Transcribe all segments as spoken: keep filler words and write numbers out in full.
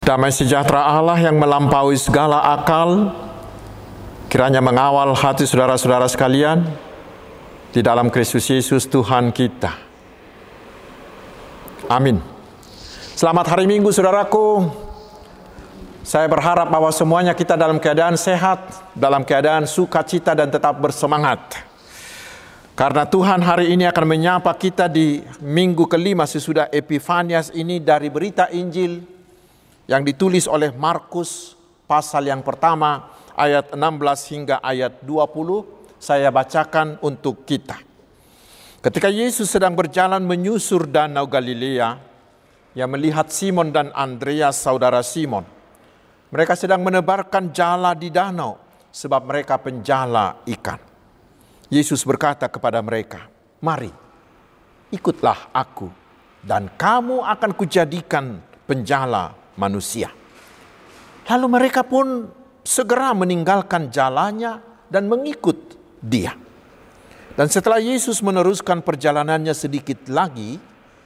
Damai sejahtera Allah yang melampaui segala akal, kiranya mengawal hati saudara-saudara sekalian di dalam Kristus Yesus Tuhan kita. Amin. Selamat hari Minggu saudaraku. Saya berharap bahwa semuanya kita dalam keadaan sehat, dalam keadaan sukacita dan tetap bersemangat. Karena Tuhan hari ini akan menyapa kita di minggu kelima sesudah Epifanias ini dari berita Injil yang ditulis oleh Markus pasal yang pertama ayat enam belas hingga ayat dua puluh. Saya bacakan untuk kita. Ketika Yesus sedang berjalan menyusur danau Galilea, Ia melihat Simon dan Andreas saudara Simon. Mereka sedang menebarkan jala di danau sebab mereka penjala ikan. Yesus berkata kepada mereka, "Mari, ikutlah aku dan kamu akan kujadikan penjala manusia." Lalu mereka pun segera meninggalkan jalannya dan mengikut Dia. Dan setelah Yesus meneruskan perjalanannya sedikit lagi,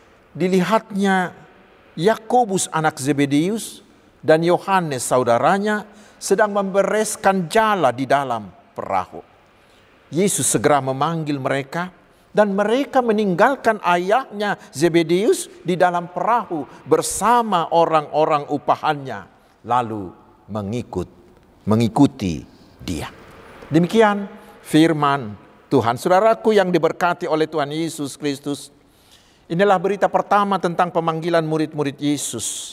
dilihatnya Yakobus anak Zebedeus dan Yohanes saudaranya sedang membereskan jala di dalam perahu. Yesus segera memanggil mereka dan mereka meninggalkan ayahnya Zebedeus di dalam perahu bersama orang-orang upahannya, lalu mengikut mengikuti Dia. Demikian firman Tuhan. Saudaraku yang diberkati oleh Tuhan Yesus Kristus, inilah berita pertama tentang pemanggilan murid-murid Yesus.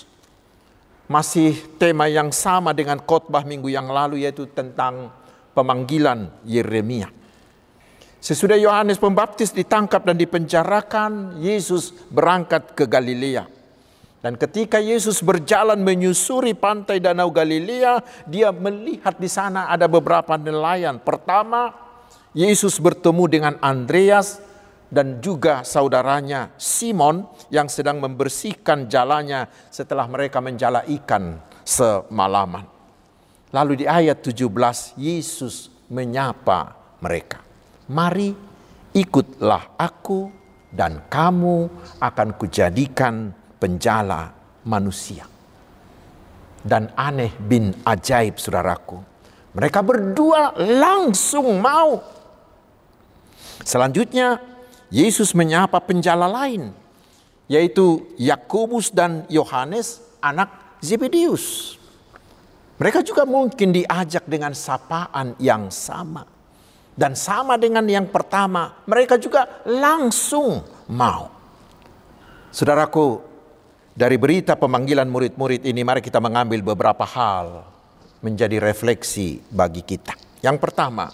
Masih tema yang sama dengan khotbah minggu yang lalu, yaitu tentang pemanggilan Yeremia. Sesudah Yohanes Pembaptis ditangkap dan dipenjarakan, Yesus berangkat ke Galilea. Dan ketika Yesus berjalan menyusuri pantai Danau Galilea, Dia melihat di sana ada beberapa nelayan. Pertama, Yesus bertemu dengan Andreas dan juga saudaranya Simon yang sedang membersihkan jalannya setelah mereka menjala ikan semalaman. Lalu di ayat tujuh belas, Yesus menyapa mereka. "Mari, ikutlah aku dan kamu akan kujadikan penjala manusia." Dan aneh bin ajaib saudaraku, mereka berdua langsung mau. Selanjutnya Yesus menyapa penjala lain, yaitu Yakobus dan Yohanes anak Zebedeus. Mereka juga mungkin diajak dengan sapaan yang sama. Dan sama dengan yang pertama, mereka juga langsung mau. Saudaraku, dari berita pemanggilan murid-murid ini, mari kita mengambil beberapa hal menjadi refleksi bagi kita. Yang pertama,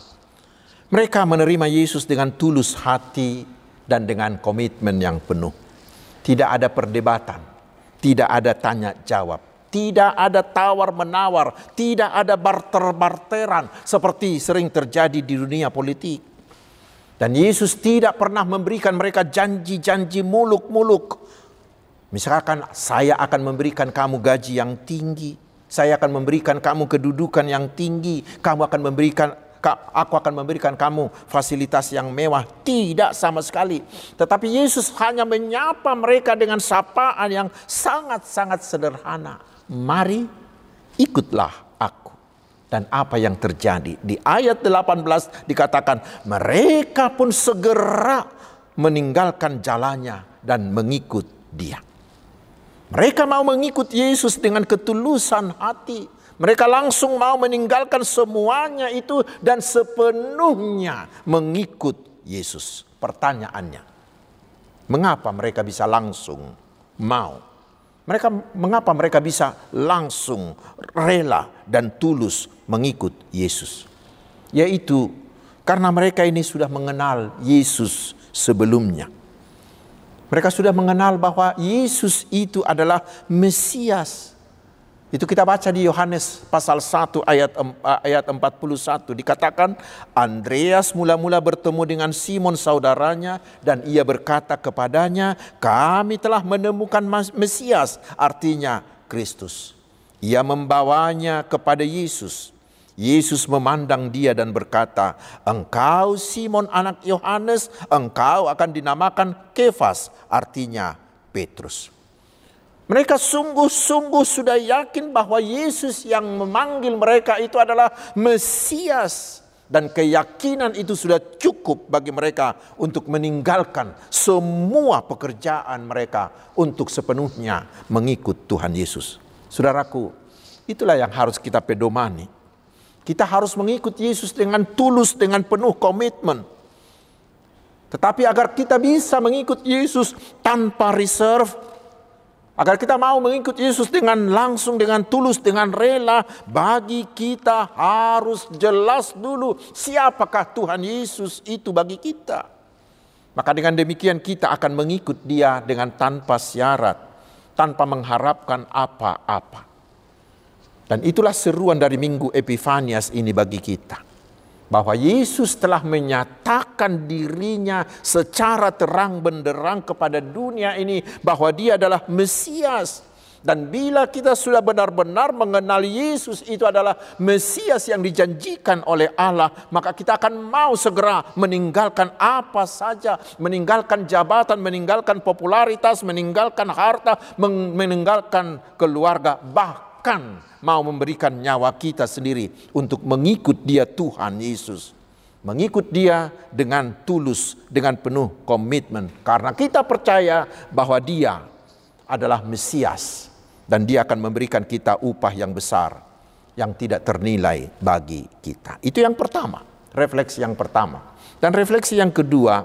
mereka menerima Yesus dengan tulus hati dan dengan komitmen yang penuh. Tidak ada perdebatan, tidak ada tanya jawab. Tidak ada tawar-menawar, tidak ada barter-barteran seperti sering terjadi di dunia politik. Dan Yesus tidak pernah memberikan mereka janji-janji muluk-muluk. Misalkan, saya akan memberikan kamu gaji yang tinggi, saya akan memberikan kamu kedudukan yang tinggi, kamu akan memberikan aku akan memberikan kamu fasilitas yang mewah. Tidak sama sekali. Tetapi Yesus hanya menyapa mereka dengan sapaan yang sangat-sangat sederhana. "Mari, ikutlah aku." Dan apa yang terjadi? Di ayat delapan belas dikatakan, mereka pun segera meninggalkan jalannya dan mengikut Dia. Mereka mau mengikut Yesus dengan ketulusan hati. Mereka langsung mau meninggalkan semuanya itu dan sepenuhnya mengikut Yesus. Pertanyaannya, mengapa mereka bisa langsung mau? Mereka, mengapa mereka bisa langsung rela dan tulus mengikut Yesus? Yaitu karena mereka ini sudah mengenal Yesus sebelumnya. Mereka sudah mengenal bahwa Yesus itu adalah Mesias. Itu kita baca di Yohanes pasal satu ayat ayat empat puluh satu. Dikatakan, Andreas mula-mula bertemu dengan Simon saudaranya dan ia berkata kepadanya, "Kami telah menemukan Mesias," artinya Kristus. Ia membawanya kepada Yesus. Yesus memandang dia dan berkata, "Engkau Simon anak Yohanes, engkau akan dinamakan Kefas," artinya Petrus. Mereka sungguh-sungguh sudah yakin bahwa Yesus yang memanggil mereka itu adalah Mesias. Dan keyakinan itu sudah cukup bagi mereka untuk meninggalkan semua pekerjaan mereka untuk sepenuhnya mengikut Tuhan Yesus. Saudaraku, itulah yang harus kita pedomani. Kita harus mengikut Yesus dengan tulus, dengan penuh komitmen. Tetapi agar kita bisa mengikut Yesus tanpa reserve, agar kita mau mengikut Yesus dengan langsung, dengan tulus, dengan rela, bagi kita harus jelas dulu siapakah Tuhan Yesus itu bagi kita. Maka dengan demikian kita akan mengikut Dia dengan tanpa syarat, tanpa mengharapkan apa-apa. Dan itulah seruan dari Minggu Epifanias ini bagi kita. Bahwa Yesus telah menyatakan dirinya secara terang benderang kepada dunia ini bahwa Dia adalah Mesias. Dan bila kita sudah benar-benar mengenal Yesus itu adalah Mesias yang dijanjikan oleh Allah, maka kita akan mau segera meninggalkan apa saja, meninggalkan jabatan, meninggalkan popularitas, meninggalkan harta, meninggalkan keluarga, bahkan mau memberikan nyawa kita sendiri untuk mengikut Dia Tuhan Yesus. Mengikut Dia dengan tulus, dengan penuh komitmen. Karena kita percaya bahwa Dia adalah Mesias. Dan Dia akan memberikan kita upah yang besar, yang tidak ternilai bagi kita. Itu yang pertama, refleksi yang pertama. Dan refleksi yang kedua,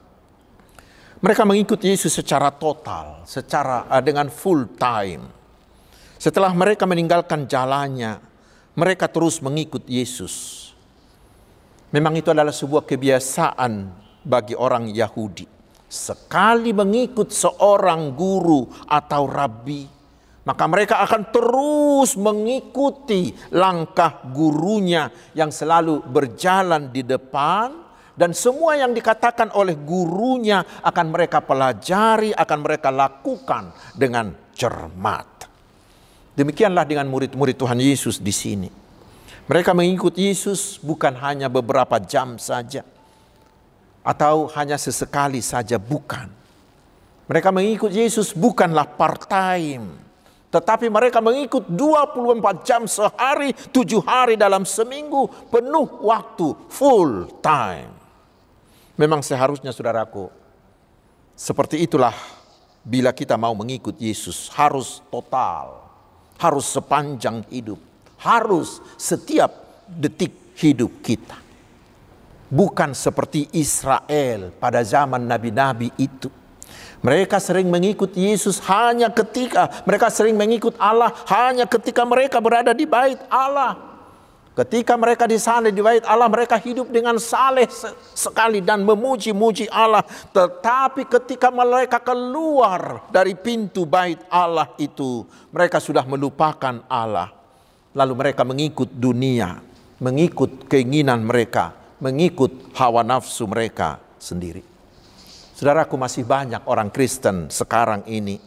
mereka mengikut Yesus secara total, secara uh, dengan full time. Setelah mereka meninggalkan jalannya, mereka terus mengikut Yesus. Memang itu adalah sebuah kebiasaan bagi orang Yahudi. Sekali mengikut seorang guru atau rabi, maka mereka akan terus mengikuti langkah gurunya yang selalu berjalan di depan. Dan semua yang dikatakan oleh gurunya akan mereka pelajari, akan mereka lakukan dengan cermat. Demikianlah dengan murid-murid Tuhan Yesus di sini. Mereka mengikut Yesus bukan hanya beberapa jam saja, atau hanya sesekali saja, bukan. Mereka mengikut Yesus bukanlah part-time, tetapi mereka mengikut dua puluh empat jam sehari, tujuh hari dalam seminggu, penuh waktu, full time. Memang seharusnya, saudaraku, seperti itulah bila kita mau mengikut Yesus, harus total. Harus sepanjang hidup. Harus setiap detik hidup kita. Bukan seperti Israel pada zaman nabi-nabi itu. Mereka sering mengikut Yesus hanya ketika, mereka sering mengikut Allah hanya ketika mereka berada di bait Allah. Ketika mereka di sana di bait Allah, mereka hidup dengan saleh sekali dan memuji-muji Allah. Tetapi ketika mereka keluar dari pintu bait Allah itu, mereka sudah melupakan Allah. Lalu mereka mengikut dunia, mengikut keinginan mereka, mengikut hawa nafsu mereka sendiri. Saudaraku, masih banyak orang Kristen sekarang ini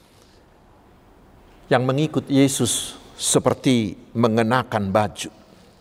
yang mengikut Yesus seperti mengenakan baju.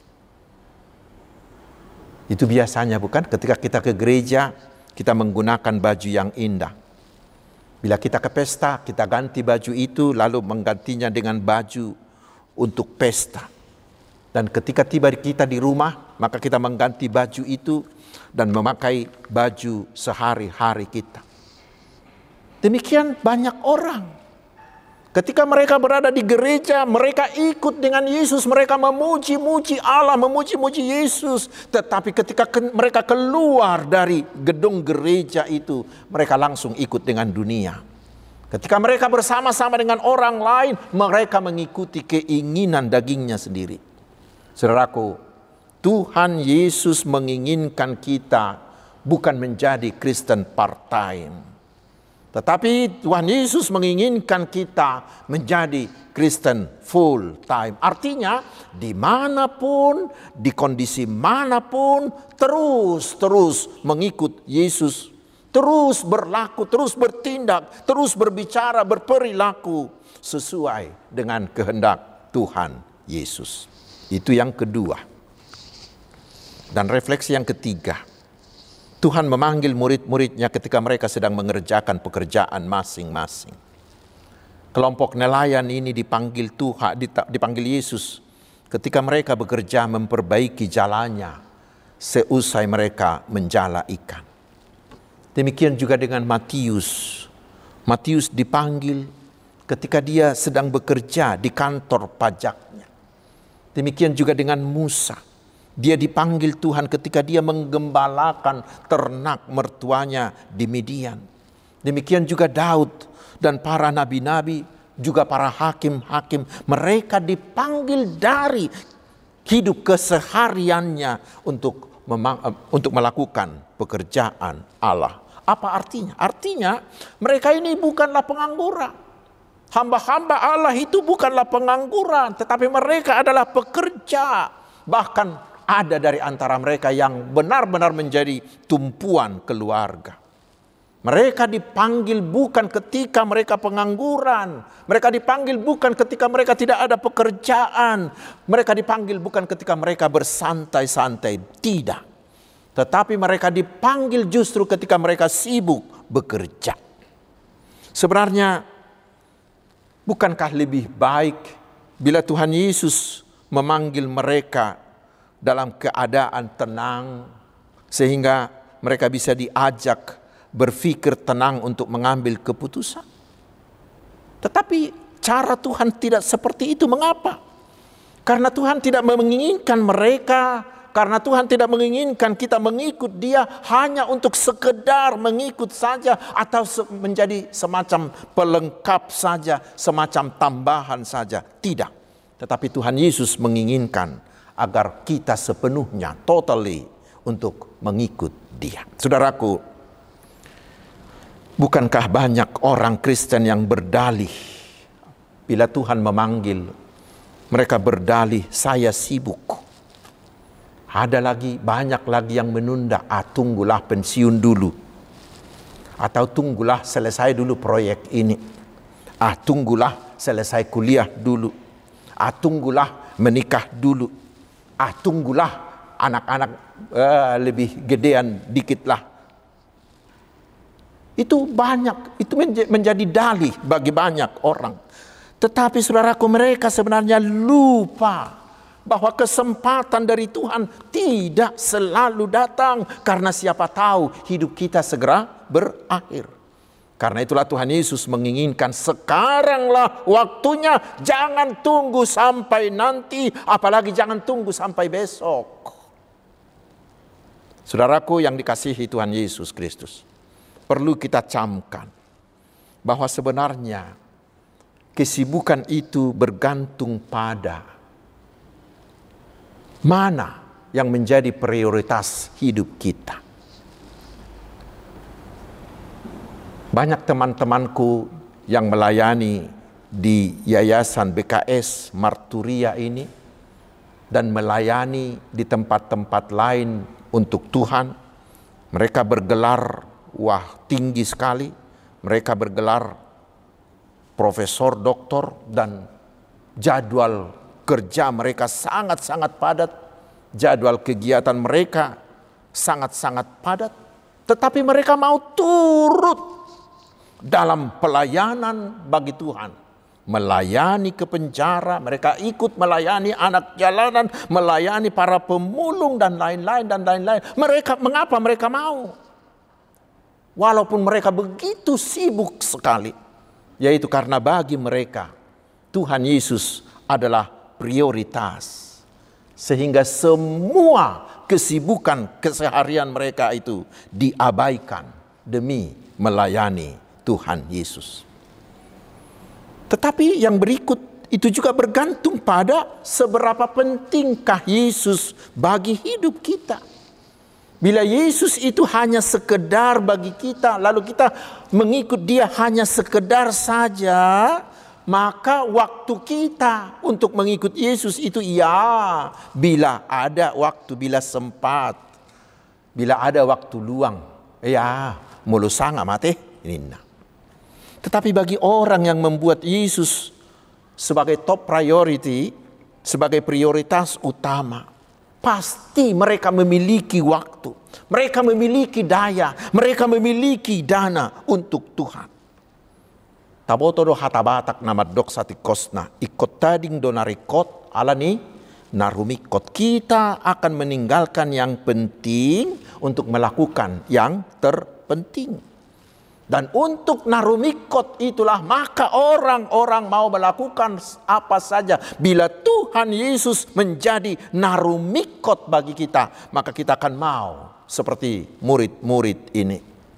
Itu biasanya, bukan? Ketika kita ke gereja, kita menggunakan baju yang indah. Bila kita ke pesta, kita ganti baju itu, lalu menggantinya dengan baju untuk pesta. Dan ketika tiba kita di rumah, maka kita mengganti baju itu dan memakai baju sehari-hari kita. Demikian banyak orang. Ketika mereka berada di gereja, mereka ikut dengan Yesus, mereka memuji-muji Allah, memuji-muji Yesus. Tetapi ketika ke, mereka keluar dari gedung gereja itu, mereka langsung ikut dengan dunia. Ketika mereka bersama-sama dengan orang lain, mereka mengikuti keinginan dagingnya sendiri. Saudaraku, Tuhan Yesus menginginkan kita bukan menjadi Kristen part-time. Tetapi Tuhan Yesus menginginkan kita menjadi Kristen full time. Artinya dimanapun, di kondisi manapun, terus-terus mengikut Yesus. Terus berlaku, terus bertindak, terus berbicara, berperilaku sesuai dengan kehendak Tuhan Yesus. Itu yang kedua. Dan refleksi yang ketiga. Tuhan memanggil murid-muridnya ketika mereka sedang mengerjakan pekerjaan masing-masing. Kelompok nelayan ini dipanggil Tuhan, dipanggil Yesus ketika mereka bekerja memperbaiki jalannya seusai mereka menjala ikan. Demikian juga dengan Matius. Matius dipanggil ketika dia sedang bekerja di kantor pajaknya. Demikian juga dengan Musa. Dia dipanggil Tuhan ketika dia menggembalakan ternak mertuanya di Midian. Demikian juga Daud dan para nabi-nabi, juga para hakim-hakim. Mereka dipanggil dari hidup kesehariannya untuk memang, untuk melakukan pekerjaan Allah. Apa artinya? Artinya mereka ini bukanlah pengangguran. Hamba-hamba Allah itu bukanlah pengangguran, tetapi mereka adalah pekerja. Bahkan ada dari antara mereka yang benar-benar menjadi tumpuan keluarga. Mereka dipanggil bukan ketika mereka pengangguran. Mereka dipanggil bukan ketika mereka tidak ada pekerjaan. Mereka dipanggil bukan ketika mereka bersantai-santai. Tidak. Tetapi mereka dipanggil justru ketika mereka sibuk bekerja. Sebenarnya, bukankah lebih baik bila Tuhan Yesus memanggil mereka dalam keadaan tenang, sehingga mereka bisa diajak berpikir tenang untuk mengambil keputusan? Tetapi cara Tuhan tidak seperti itu. Mengapa? Karena Tuhan tidak menginginkan mereka, karena Tuhan tidak menginginkan kita mengikut Dia hanya untuk sekedar mengikut saja, atau menjadi semacam pelengkap saja, semacam tambahan saja. Tidak. Tetapi Tuhan Yesus menginginkan agar kita sepenuhnya, totally, untuk mengikut Dia. Saudaraku, bukankah banyak orang Kristen yang berdalih bila Tuhan memanggil, mereka berdalih, saya sibuk. Ada lagi, banyak lagi yang menunda, ah tunggulah pensiun dulu. Atau tunggulah selesai dulu proyek ini. Ah tunggulah selesai kuliah dulu. Ah tunggulah menikah dulu. Ah tunggulah anak-anak eh, lebih gedean dikit lah. Itu banyak, itu menjadi dalih bagi banyak orang. Tetapi saudaraku, mereka sebenarnya lupa bahwa kesempatan dari Tuhan tidak selalu datang, karena siapa tahu hidup kita segera berakhir. Karena itulah Tuhan Yesus menginginkan sekaranglah waktunya, jangan tunggu sampai nanti, apalagi jangan tunggu sampai besok. Saudaraku yang dikasihi Tuhan Yesus Kristus, perlu kita camkan bahwa sebenarnya kesibukan itu bergantung pada mana yang menjadi prioritas hidup kita. Banyak teman-temanku yang melayani di Yayasan B K S Marturia ini dan melayani di tempat-tempat lain untuk Tuhan, mereka bergelar wah tinggi sekali. Mereka bergelar profesor, doktor, dan jadwal kerja mereka sangat-sangat padat. Jadwal kegiatan mereka sangat-sangat padat. Tetapi mereka mau turut dalam pelayanan bagi Tuhan. Melayani ke penjara, mereka ikut melayani anak jalanan, melayani para pemulung dan lain-lain dan lain-lain. Mereka, mengapa mereka mau? Walaupun mereka begitu sibuk sekali, yaitu karena bagi mereka Tuhan Yesus adalah prioritas. Sehingga semua kesibukan keseharian mereka itu diabaikan demi melayani Tuhan Yesus. Tetapi yang berikut itu juga bergantung pada seberapa pentingkah Yesus bagi hidup kita. Bila Yesus itu hanya sekedar bagi kita, lalu kita mengikut Dia hanya sekedar saja, maka waktu kita untuk mengikut Yesus itu ya bila ada waktu, bila sempat, bila ada waktu luang, ya mulu sanga mate nina. Tetapi bagi orang yang membuat Yesus sebagai top priority, sebagai prioritas utama, pasti mereka memiliki waktu, mereka memiliki daya, mereka memiliki dana untuk Tuhan. Taboto do hatabatak nama dok sati kosna ikut tading do narikot alani narumikot. Kita akan meninggalkan yang penting untuk melakukan yang terpenting. Dan untuk narumikot itulah maka orang-orang mau melakukan apa saja. Bila Tuhan Yesus menjadi narumikot bagi kita, maka kita akan mau seperti murid-murid ini.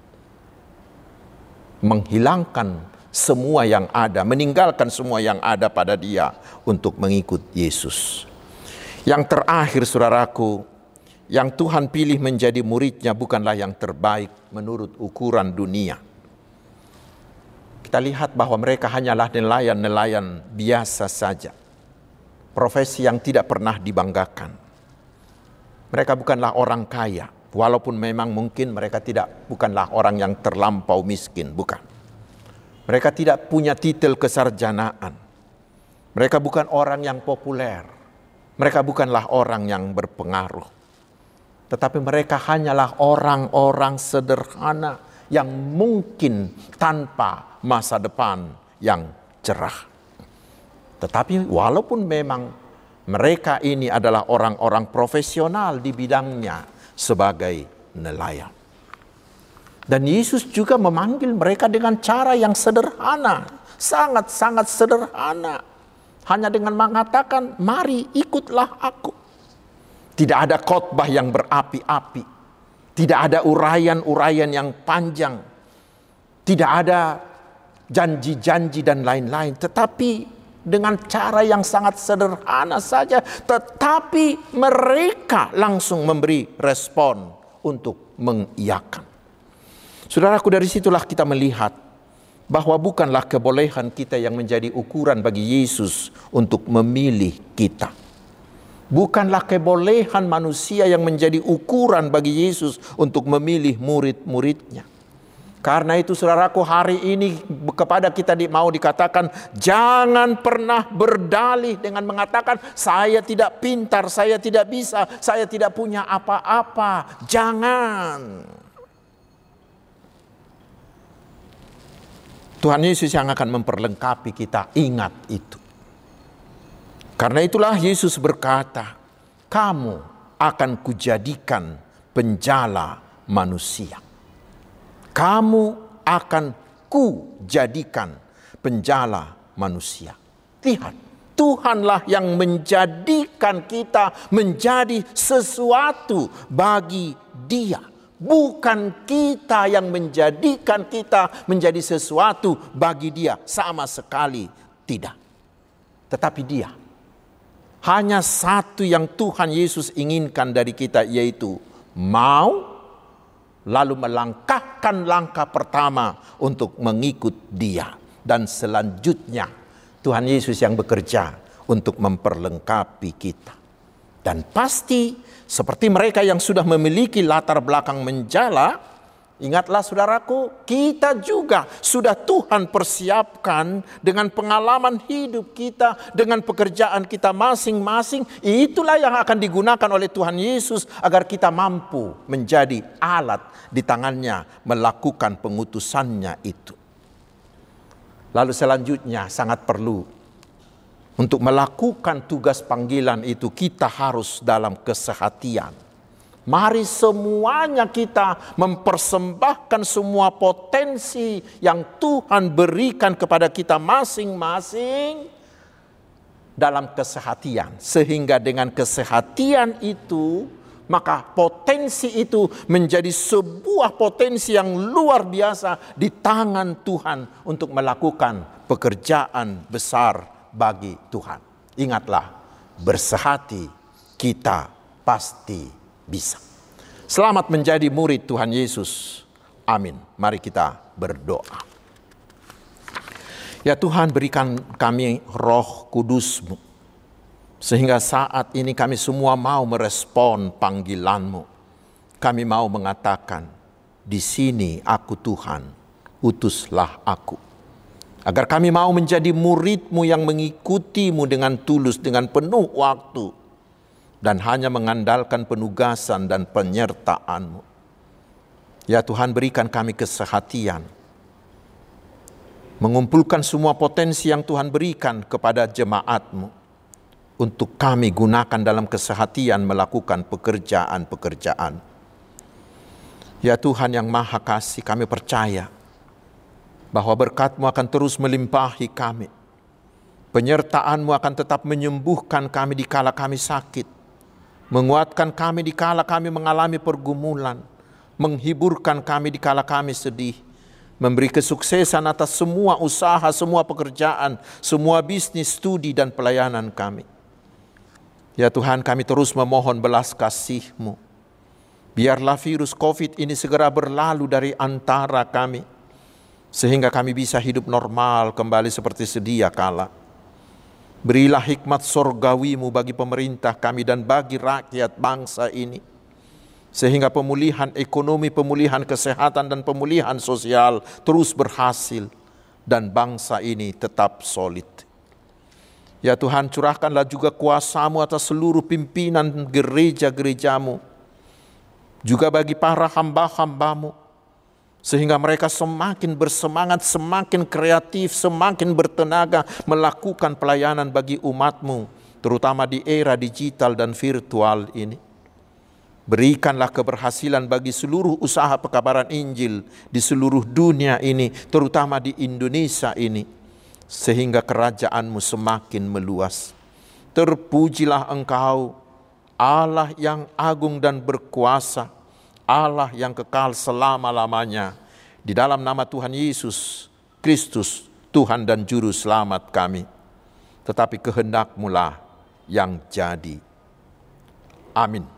Menghilangkan semua yang ada, meninggalkan semua yang ada pada dia untuk mengikut Yesus. Yang terakhir saudaraku, yang Tuhan pilih menjadi muridnya bukanlah yang terbaik menurut ukuran dunia. Kita lihat bahwa mereka hanyalah nelayan-nelayan biasa saja. Profesi yang tidak pernah dibanggakan. Mereka bukanlah orang kaya, walaupun memang mungkin mereka tidak bukanlah orang yang terlampau miskin, bukan. Mereka tidak punya titel kesarjanaan. Mereka bukan orang yang populer. Mereka bukanlah orang yang berpengaruh. Tetapi mereka hanyalah orang-orang sederhana yang mungkin tanpa masa depan yang cerah. Tetapi walaupun memang mereka ini adalah orang-orang profesional di bidangnya sebagai nelayan. Dan Yesus juga memanggil mereka dengan cara yang sederhana, sangat-sangat sederhana. Hanya dengan mengatakan, mari ikutlah aku. Tidak ada khotbah yang berapi-api. Tidak ada uraian-uraian yang panjang. Tidak ada janji-janji dan lain-lain. Tetapi dengan cara yang sangat sederhana saja. Tetapi mereka langsung memberi respon untuk mengiyakan. Saudaraku, dari situlah kita melihat bahwa bukanlah kebolehan kita yang menjadi ukuran bagi Yesus untuk memilih kita. Bukanlah kebolehan manusia yang menjadi ukuran bagi Yesus untuk memilih murid-muridnya. Karena itu saudaraku, hari ini kepada kita mau dikatakan, jangan pernah berdalih dengan mengatakan, saya tidak pintar, saya tidak bisa, saya tidak punya apa-apa. Jangan. Tuhan Yesus yang akan memperlengkapi kita, ingat itu. Karena itulah Yesus berkata, kamu akan kujadikan penjala manusia. Kamu akan kujadikan penjala manusia. Lihat, Tuhanlah yang menjadikan kita menjadi sesuatu bagi Dia. Bukan kita yang menjadikan kita menjadi sesuatu bagi Dia. Sama sekali tidak. Tetapi Dia. Hanya satu yang Tuhan Yesus inginkan dari kita, yaitu mau lalu melangkahkan langkah pertama untuk mengikut Dia. Dan selanjutnya Tuhan Yesus yang bekerja untuk memperlengkapi kita. Dan pasti seperti mereka yang sudah memiliki latar belakang menjala, ingatlah saudaraku, kita juga sudah Tuhan persiapkan dengan pengalaman hidup kita, dengan pekerjaan kita masing-masing. Itulah yang akan digunakan oleh Tuhan Yesus agar kita mampu menjadi alat di tangannya melakukan pengutusannya itu. Lalu selanjutnya sangat perlu untuk melakukan tugas panggilan itu, kita harus dalam kesehatian. Mari semuanya kita mempersembahkan semua potensi yang Tuhan berikan kepada kita masing-masing dalam kesehatian. Sehingga dengan kesehatian itu, maka potensi itu menjadi sebuah potensi yang luar biasa di tangan Tuhan untuk melakukan pekerjaan besar bagi Tuhan. Ingatlah, bersehati kita pasti bisa. Selamat menjadi murid Tuhan Yesus. Amin. Mari kita berdoa. Ya Tuhan, berikan kami Roh Kudus-Mu, sehingga saat ini kami semua mau merespon panggilan-Mu. Kami mau mengatakan, di sini aku Tuhan, utuslah aku. Agar kami mau menjadi murid-Mu yang mengikuti-Mu dengan tulus, dengan penuh waktu. Dan hanya mengandalkan penugasan dan penyertaan-Mu. Ya Tuhan, berikan kami kesehatian. mengumpulkan semua potensi yang Tuhan berikan kepada jemaat-Mu untuk kami gunakan dalam kesehatian melakukan pekerjaan-pekerjaan. Ya Tuhan yang Maha Kasih, kami percaya bahwa berkat-Mu akan terus melimpahi kami. Penyertaan-Mu akan tetap menyembuhkan kami di kala kami sakit, menguatkan kami di kala kami mengalami pergumulan, menghiburkan kami di kala kami sedih, memberi kesuksesan atas semua usaha, semua pekerjaan, semua bisnis, studi, dan pelayanan kami. Ya Tuhan, kami terus memohon belas kasih-Mu. Biarlah virus COVID ini segera berlalu dari antara kami, sehingga kami bisa hidup normal kembali seperti sedia kala. Berilah hikmat sorgawi-Mu bagi pemerintah kami dan bagi rakyat bangsa ini, sehingga pemulihan ekonomi, pemulihan kesehatan, dan pemulihan sosial terus berhasil, dan bangsa ini tetap solid. Ya Tuhan, curahkanlah juga kuasa-Mu atas seluruh pimpinan gereja-gereja-Mu, juga bagi para hamba-hamba-Mu, sehingga mereka semakin bersemangat, semakin kreatif, semakin bertenaga melakukan pelayanan bagi umat-Mu, terutama di era digital dan virtual ini. Berikanlah keberhasilan bagi seluruh usaha pekabaran Injil di seluruh dunia ini, terutama di Indonesia ini, sehingga kerajaan-Mu semakin meluas. Terpujilah Engkau, Allah yang agung dan berkuasa, Allah yang kekal selama-lamanya. Di dalam nama Tuhan Yesus Kristus, Tuhan dan Juru Selamat kami. Tetapi kehendak-Mu lah yang jadi. Amin.